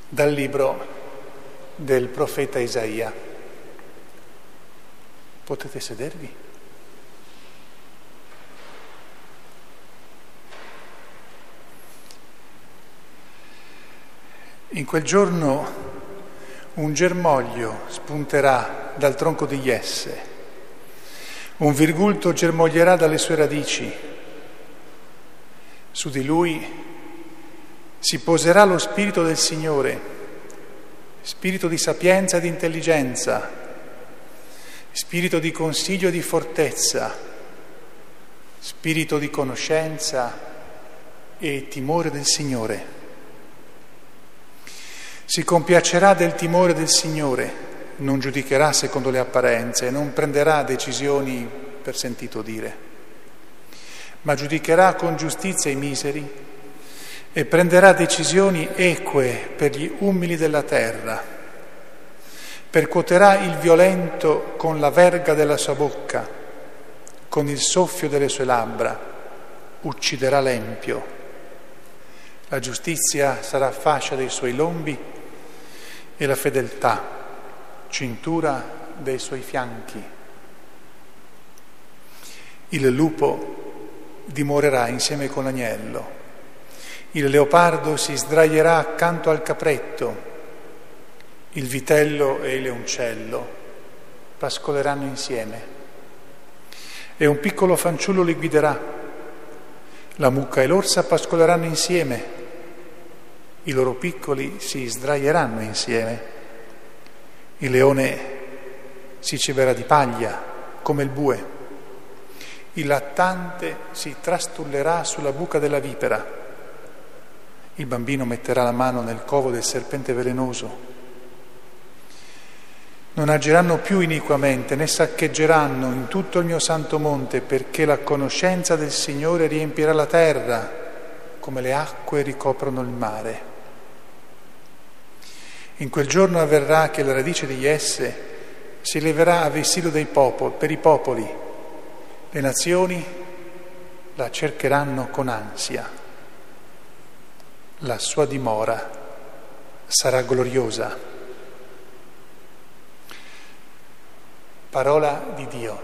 Dal libro del profeta Isaia. Potete sedervi? In quel giorno un germoglio spunterà dal tronco di Jesse, un virgulto germoglierà dalle sue radici. Su di lui si poserà lo Spirito del Signore, Spirito di sapienza e di intelligenza, Spirito di consiglio e di fortezza, Spirito di conoscenza e timore del Signore. Si compiacerà del timore del Signore, non giudicherà secondo le apparenze, non prenderà decisioni per sentito dire, ma giudicherà con giustizia i miseri e prenderà decisioni eque per gli umili della terra. Percuoterà il violento con la verga della sua bocca, con il soffio delle sue labbra, ucciderà l'empio. La giustizia sarà fascia dei suoi lombi e la fedeltà cintura dei suoi fianchi. Il lupo dimorerà insieme con l'agnello. Il leopardo si sdraierà accanto al capretto, il vitello e il leoncello pascoleranno insieme e un piccolo fanciullo li guiderà. La mucca e l'orsa pascoleranno insieme, i loro piccoli si sdraieranno insieme. Il leone si ciberà di paglia come il bue, il lattante si trastullerà sulla buca della vipera. Il bambino metterà la mano nel covo del serpente velenoso. Non agiranno più iniquamente, né saccheggeranno in tutto il mio santo monte, perché la conoscenza del Signore riempirà la terra, come le acque ricoprono il mare. In quel giorno avverrà che la radice di Jesse si leverà a vessillo per i popoli. Le nazioni la cercheranno con ansia. La sua dimora sarà gloriosa. Parola di Dio.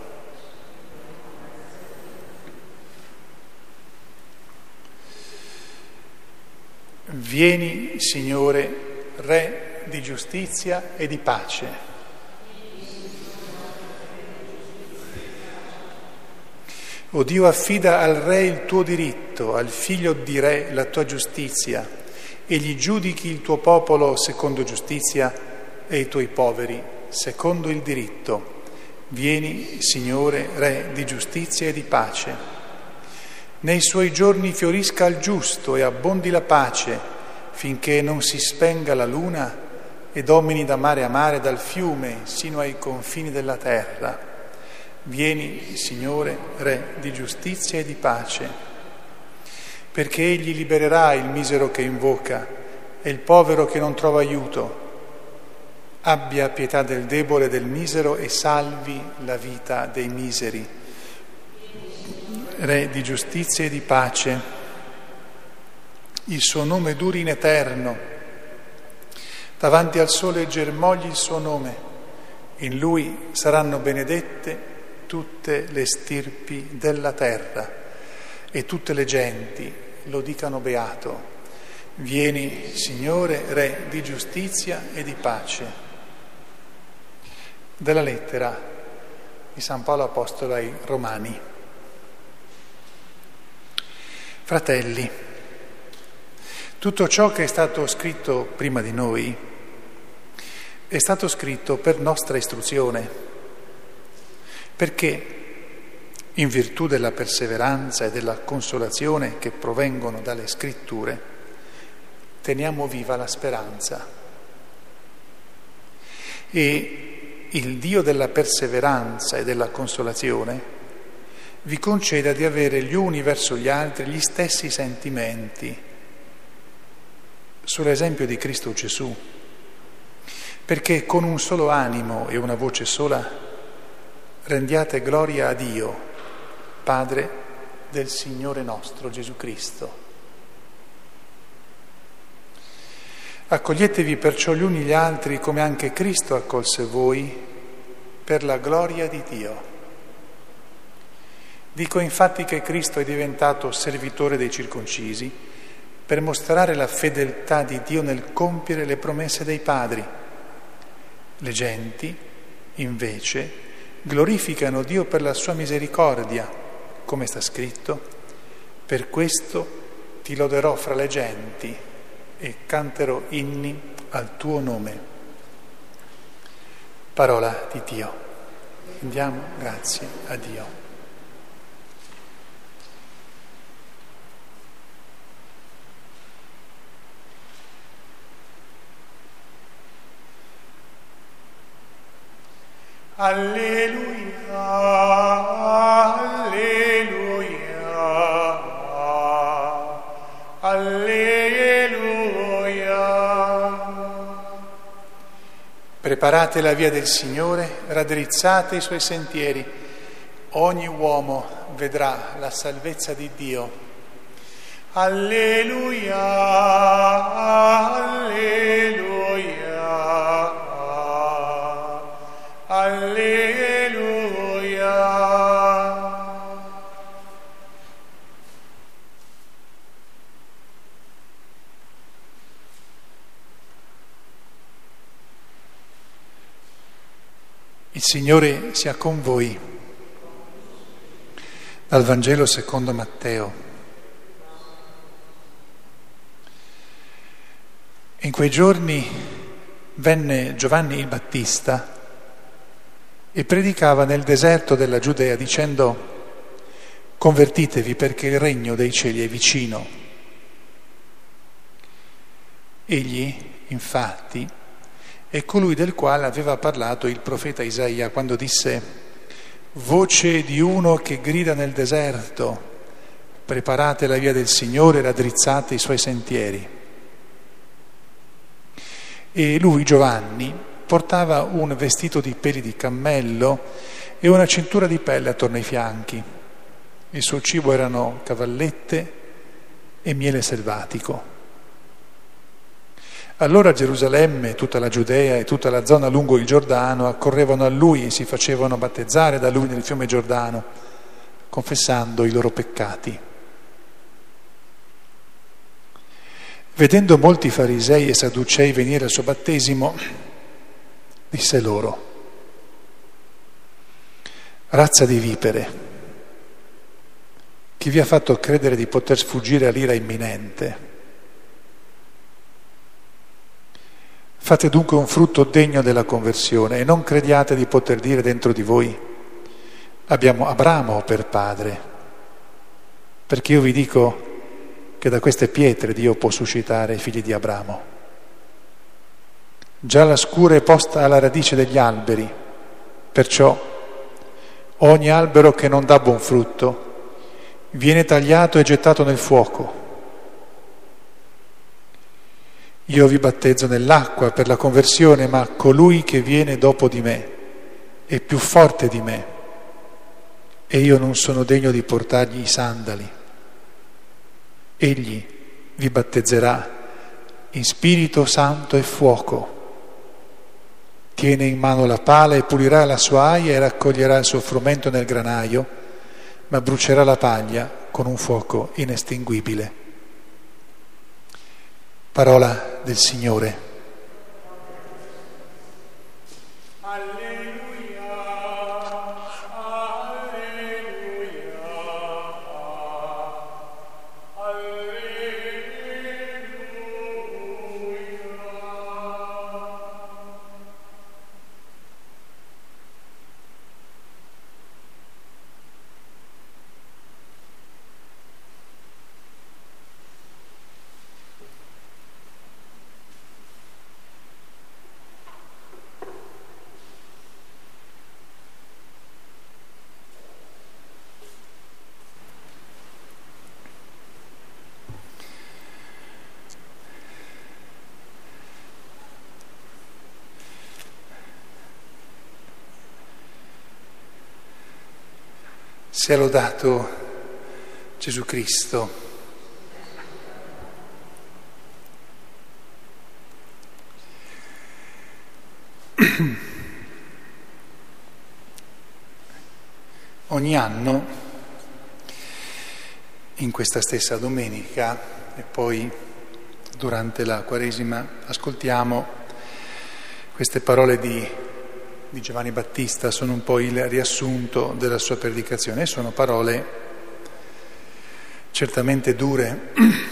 Vieni, Signore, Re di giustizia e di pace. O Dio, affida al Re il tuo diritto, al figlio di Re la tua giustizia, e gli giudichi il tuo popolo secondo giustizia e i tuoi poveri secondo il diritto. Vieni, Signore, Re di giustizia e di pace. Nei suoi giorni fiorisca il giusto e abbondi la pace, finché non si spenga la luna e domini da mare a mare, dal fiume sino ai confini della terra. Vieni, Signore, Re di giustizia e di pace, perché Egli libererà il misero che invoca e il povero che non trova aiuto. Abbia pietà del debole e del misero e salvi la vita dei miseri. Re di giustizia e di pace, il suo nome duri in eterno. Davanti al sole germogli il suo nome. In lui saranno benedette tutte le stirpi della terra e tutte le genti lo dicano beato. Vieni, Signore, Re di giustizia e di pace. Dalla lettera di San Paolo Apostolo ai Romani. Fratelli, tutto ciò che è stato scritto prima di noi è stato scritto per nostra istruzione, perché in virtù della perseveranza e della consolazione che provengono dalle scritture teniamo viva la speranza. E il Dio della perseveranza e della consolazione vi conceda di avere gli uni verso gli altri gli stessi sentimenti, sull'esempio di Cristo Gesù, perché con un solo animo e una voce sola rendiate gloria a Dio, Padre del Signore nostro Gesù Cristo. Accoglietevi perciò gli uni gli altri come anche Cristo accolse voi per la gloria di Dio. Dico infatti che Cristo è diventato servitore dei circoncisi per mostrare la fedeltà di Dio nel compiere le promesse dei padri. Le genti, invece, glorificano Dio per la sua misericordia, come sta scritto: per questo ti loderò fra le genti e canterò inni al tuo nome. Parola di Dio. Rendiamo grazie a Dio. Alleluia, alleluia, alleluia. Preparate la via del Signore, raddrizzate i suoi sentieri. Ogni uomo vedrà la salvezza di Dio. Alleluia, alleluia. Alleluia. Il Signore sia con voi. Dal Vangelo secondo Matteo. In quei giorni venne Giovanni il Battista e predicava nel deserto della Giudea dicendo: convertitevi perché il regno dei cieli è vicino. Egli, infatti, è colui del quale aveva parlato il profeta Isaia quando disse: voce di uno che grida nel deserto, preparate la via del Signore, raddrizzate i suoi sentieri. E lui, Giovanni, portava un vestito di peli di cammello e una cintura di pelle attorno ai fianchi. Il suo cibo erano cavallette e miele selvatico. Allora Gerusalemme, tutta la Giudea e tutta la zona lungo il Giordano accorrevano a lui e si facevano battezzare da lui nel fiume Giordano, confessando i loro peccati. Vedendo molti farisei e sadducei venire al suo battesimo, disse loro: razza di vipere, chi vi ha fatto credere di poter sfuggire all'ira imminente? Fate dunque un frutto degno della conversione e non crediate di poter dire dentro di voi: abbiamo Abramo per padre, perché io vi dico che da queste pietre Dio può suscitare figli di Abramo. Già la scura è posta alla radice degli alberi, perciò ogni albero che non dà buon frutto viene tagliato e gettato nel fuoco. Io vi battezzo nell'acqua per la conversione, ma colui che viene dopo di me è più forte di me e io non sono degno di portargli i sandali. Egli vi battezzerà in Spirito Santo e fuoco. Tiene in mano la pala e pulirà la sua aia e raccoglierà il suo frumento nel granaio, ma brucerà la paglia con un fuoco inestinguibile. Parola del Signore. Alleluia, alleluia, alleluia. Sia lodato Gesù Cristo. Ogni anno, in questa stessa domenica e poi durante la Quaresima, ascoltiamo queste parole di Giovanni Battista, sono un po' il riassunto della sua predicazione, sono parole certamente dure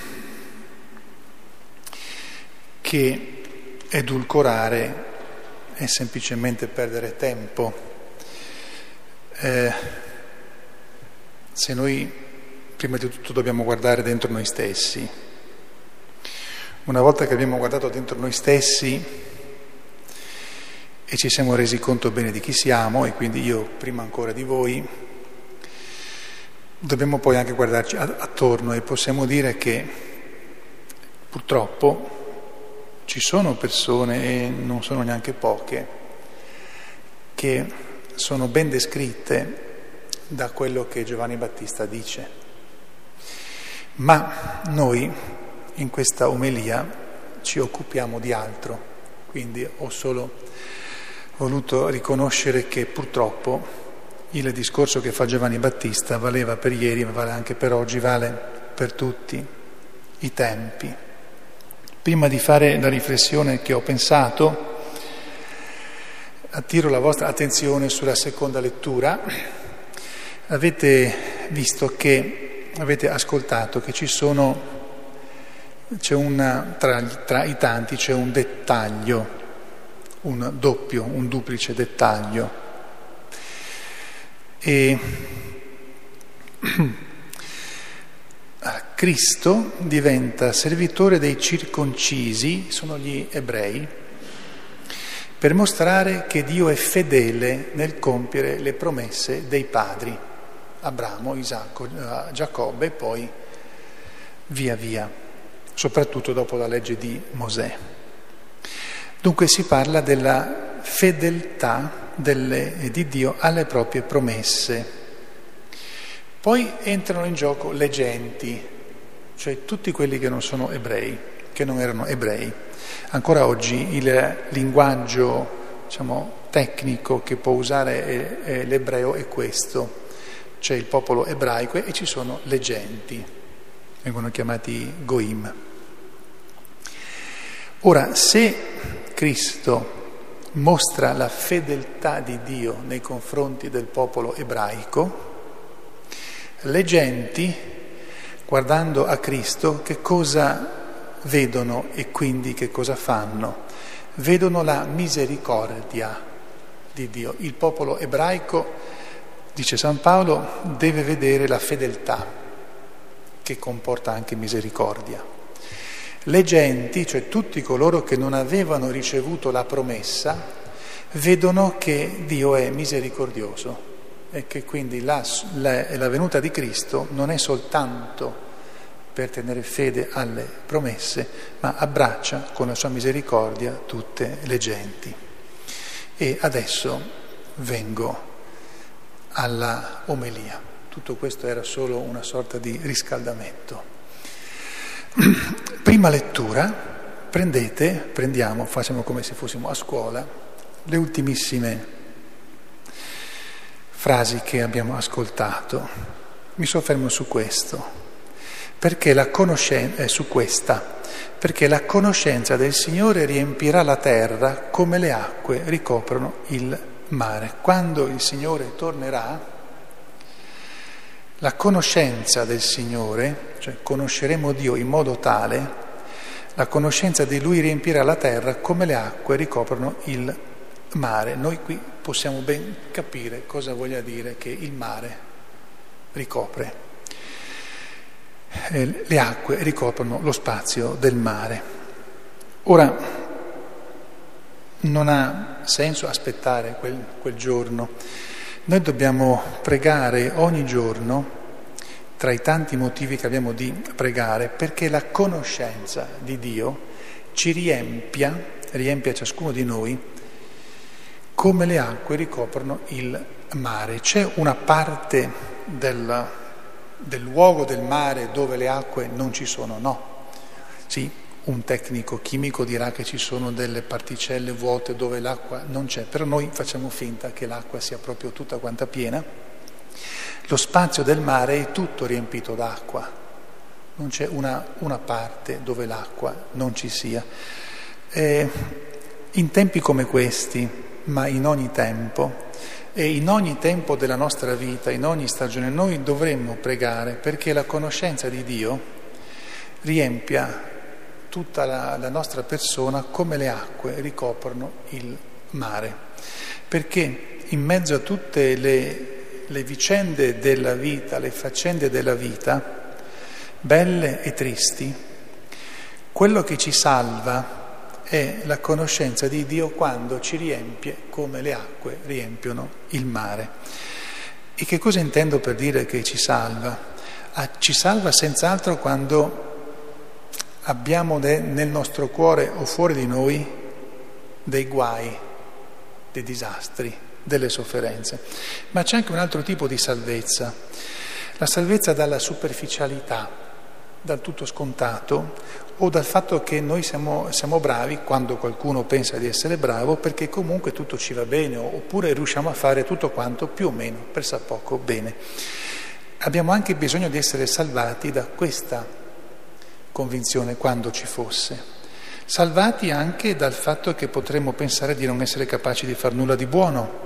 che edulcorare è semplicemente perdere tempo. Se noi prima di tutto dobbiamo guardare dentro noi stessi, una volta che abbiamo guardato dentro noi stessi e ci siamo resi conto bene di chi siamo, e quindi io prima ancora di voi, dobbiamo poi anche guardarci attorno e possiamo dire che purtroppo ci sono persone, e non sono neanche poche, che sono ben descritte da quello che Giovanni Battista dice. Ma noi in questa omelia ci occupiamo di altro, quindi ho solo voluto riconoscere che purtroppo il discorso che fa Giovanni Battista valeva per ieri, ma vale anche per oggi, vale per tutti i tempi. Prima di fare la riflessione che ho pensato, attiro la vostra attenzione sulla seconda lettura. Avete visto che, avete ascoltato che tra i tanti c'è un dettaglio, un duplice dettaglio. E Cristo diventa servitore dei circoncisi, sono gli ebrei, per mostrare che Dio è fedele nel compiere le promesse dei padri, Abramo, Isacco, Giacobbe e poi via via, soprattutto dopo la legge di Mosè. Dunque si parla della fedeltà di Dio alle proprie promesse. Poi entrano in gioco le genti, cioè tutti quelli che non sono ebrei, che non erano ebrei. Ancora oggi il linguaggio, tecnico che può usare l'ebreo è questo. C'è il popolo ebraico e ci sono le genti, vengono chiamati Goim. Ora, se Cristo mostra la fedeltà di Dio nei confronti del popolo ebraico, le genti, guardando a Cristo, che cosa vedono e quindi che cosa fanno? Vedono la misericordia di Dio. Il popolo ebraico, dice San Paolo, deve vedere la fedeltà, che comporta anche misericordia. Le genti, cioè tutti coloro che non avevano ricevuto la promessa, vedono che Dio è misericordioso e che quindi la venuta di Cristo non è soltanto per tenere fede alle promesse, ma abbraccia con la sua misericordia tutte le genti. E adesso vengo alla omelia. Tutto questo era solo una sorta di riscaldamento. Prima lettura, prendiamo, facciamo come se fossimo a scuola, le ultimissime frasi che abbiamo ascoltato. Mi soffermo su questo. Perché la conoscenza del Signore riempirà la terra come le acque ricoprono il mare. Quando il Signore tornerà, la conoscenza del Signore, cioè conosceremo Dio in modo tale, la conoscenza di Lui riempirà la terra come le acque ricoprono il mare. Noi qui possiamo ben capire cosa voglia dire che il mare ricopre. Le acque ricoprono lo spazio del mare. Ora, non ha senso aspettare quel giorno. Noi dobbiamo pregare ogni giorno, tra i tanti motivi che abbiamo di pregare, perché la conoscenza di Dio ci riempia ciascuno di noi come le acque ricoprono il mare. C'è una parte del luogo del mare dove le acque non ci sono? No. Sì, un tecnico chimico dirà che ci sono delle particelle vuote dove l'acqua non c'è, però noi facciamo finta che l'acqua sia proprio tutta quanta piena Lo spazio del mare è tutto riempito d'acqua, non c'è una parte dove l'acqua non ci sia. In tempi come questi, ma in ogni tempo, e in ogni tempo della nostra vita, in ogni stagione, noi dovremmo pregare perché la conoscenza di Dio riempia tutta la nostra persona come le acque ricoprono il mare. Perché in mezzo a tutte le vicende della vita, le faccende della vita, belle e tristi, quello che ci salva è la conoscenza di Dio quando ci riempie come le acque riempiono il mare. E che cosa intendo per dire che ci salva? Ci salva senz'altro quando abbiamo nel nostro cuore o fuori di noi dei guai, dei disastri, delle sofferenze. Ma c'è anche un altro tipo di salvezza, la salvezza dalla superficialità, dal tutto scontato, o dal fatto che noi siamo bravi quando qualcuno pensa di essere bravo, perché comunque tutto ci va bene, oppure riusciamo a fare tutto quanto più o meno, pressappoco bene. Abbiamo anche bisogno di essere salvati da questa convinzione, quando ci fosse. Salvati anche dal fatto che potremmo pensare di non essere capaci di far nulla di buono.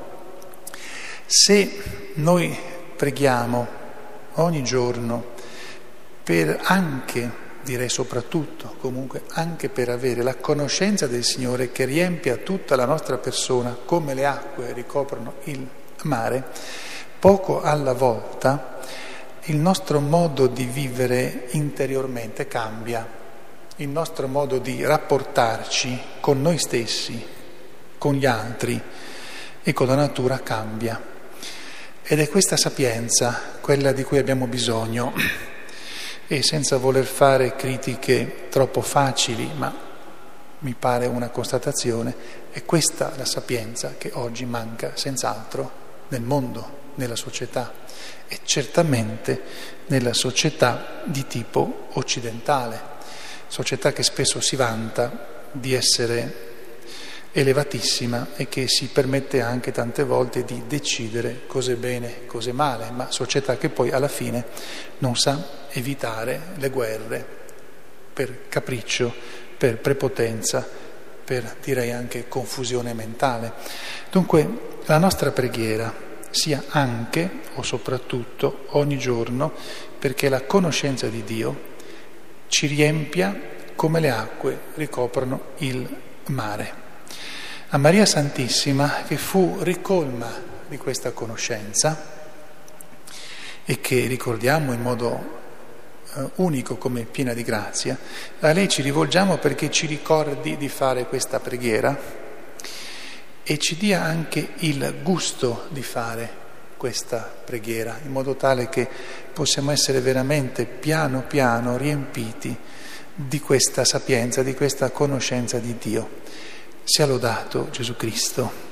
Se noi preghiamo ogni giorno per anche, direi soprattutto, comunque anche per avere la conoscenza del Signore che riempia tutta la nostra persona come le acque ricoprono il mare, poco alla volta il nostro modo di vivere interiormente cambia, il nostro modo di rapportarci con noi stessi, con gli altri e con la natura cambia. Ed è questa sapienza quella di cui abbiamo bisogno. E senza voler fare critiche troppo facili, ma mi pare una constatazione, è questa la sapienza che oggi manca senz'altro nel mondo, nella società, e certamente nella società di tipo occidentale, società che spesso si vanta di essere elevatissima e che si permette anche tante volte di decidere cose bene, cose male, ma società che poi alla fine non sa evitare le guerre per capriccio, per prepotenza, per direi anche confusione mentale. Dunque la nostra preghiera sia anche o soprattutto ogni giorno perché la conoscenza di Dio ci riempia come le acque ricoprono il mare. A Maria Santissima, che fu ricolma di questa conoscenza e che ricordiamo in modo unico come piena di grazia, a lei ci rivolgiamo perché ci ricordi di fare questa preghiera e ci dia anche il gusto di fare questa preghiera, in modo tale che possiamo essere veramente piano piano riempiti di questa sapienza, di questa conoscenza di Dio. Sia lodato Gesù Cristo.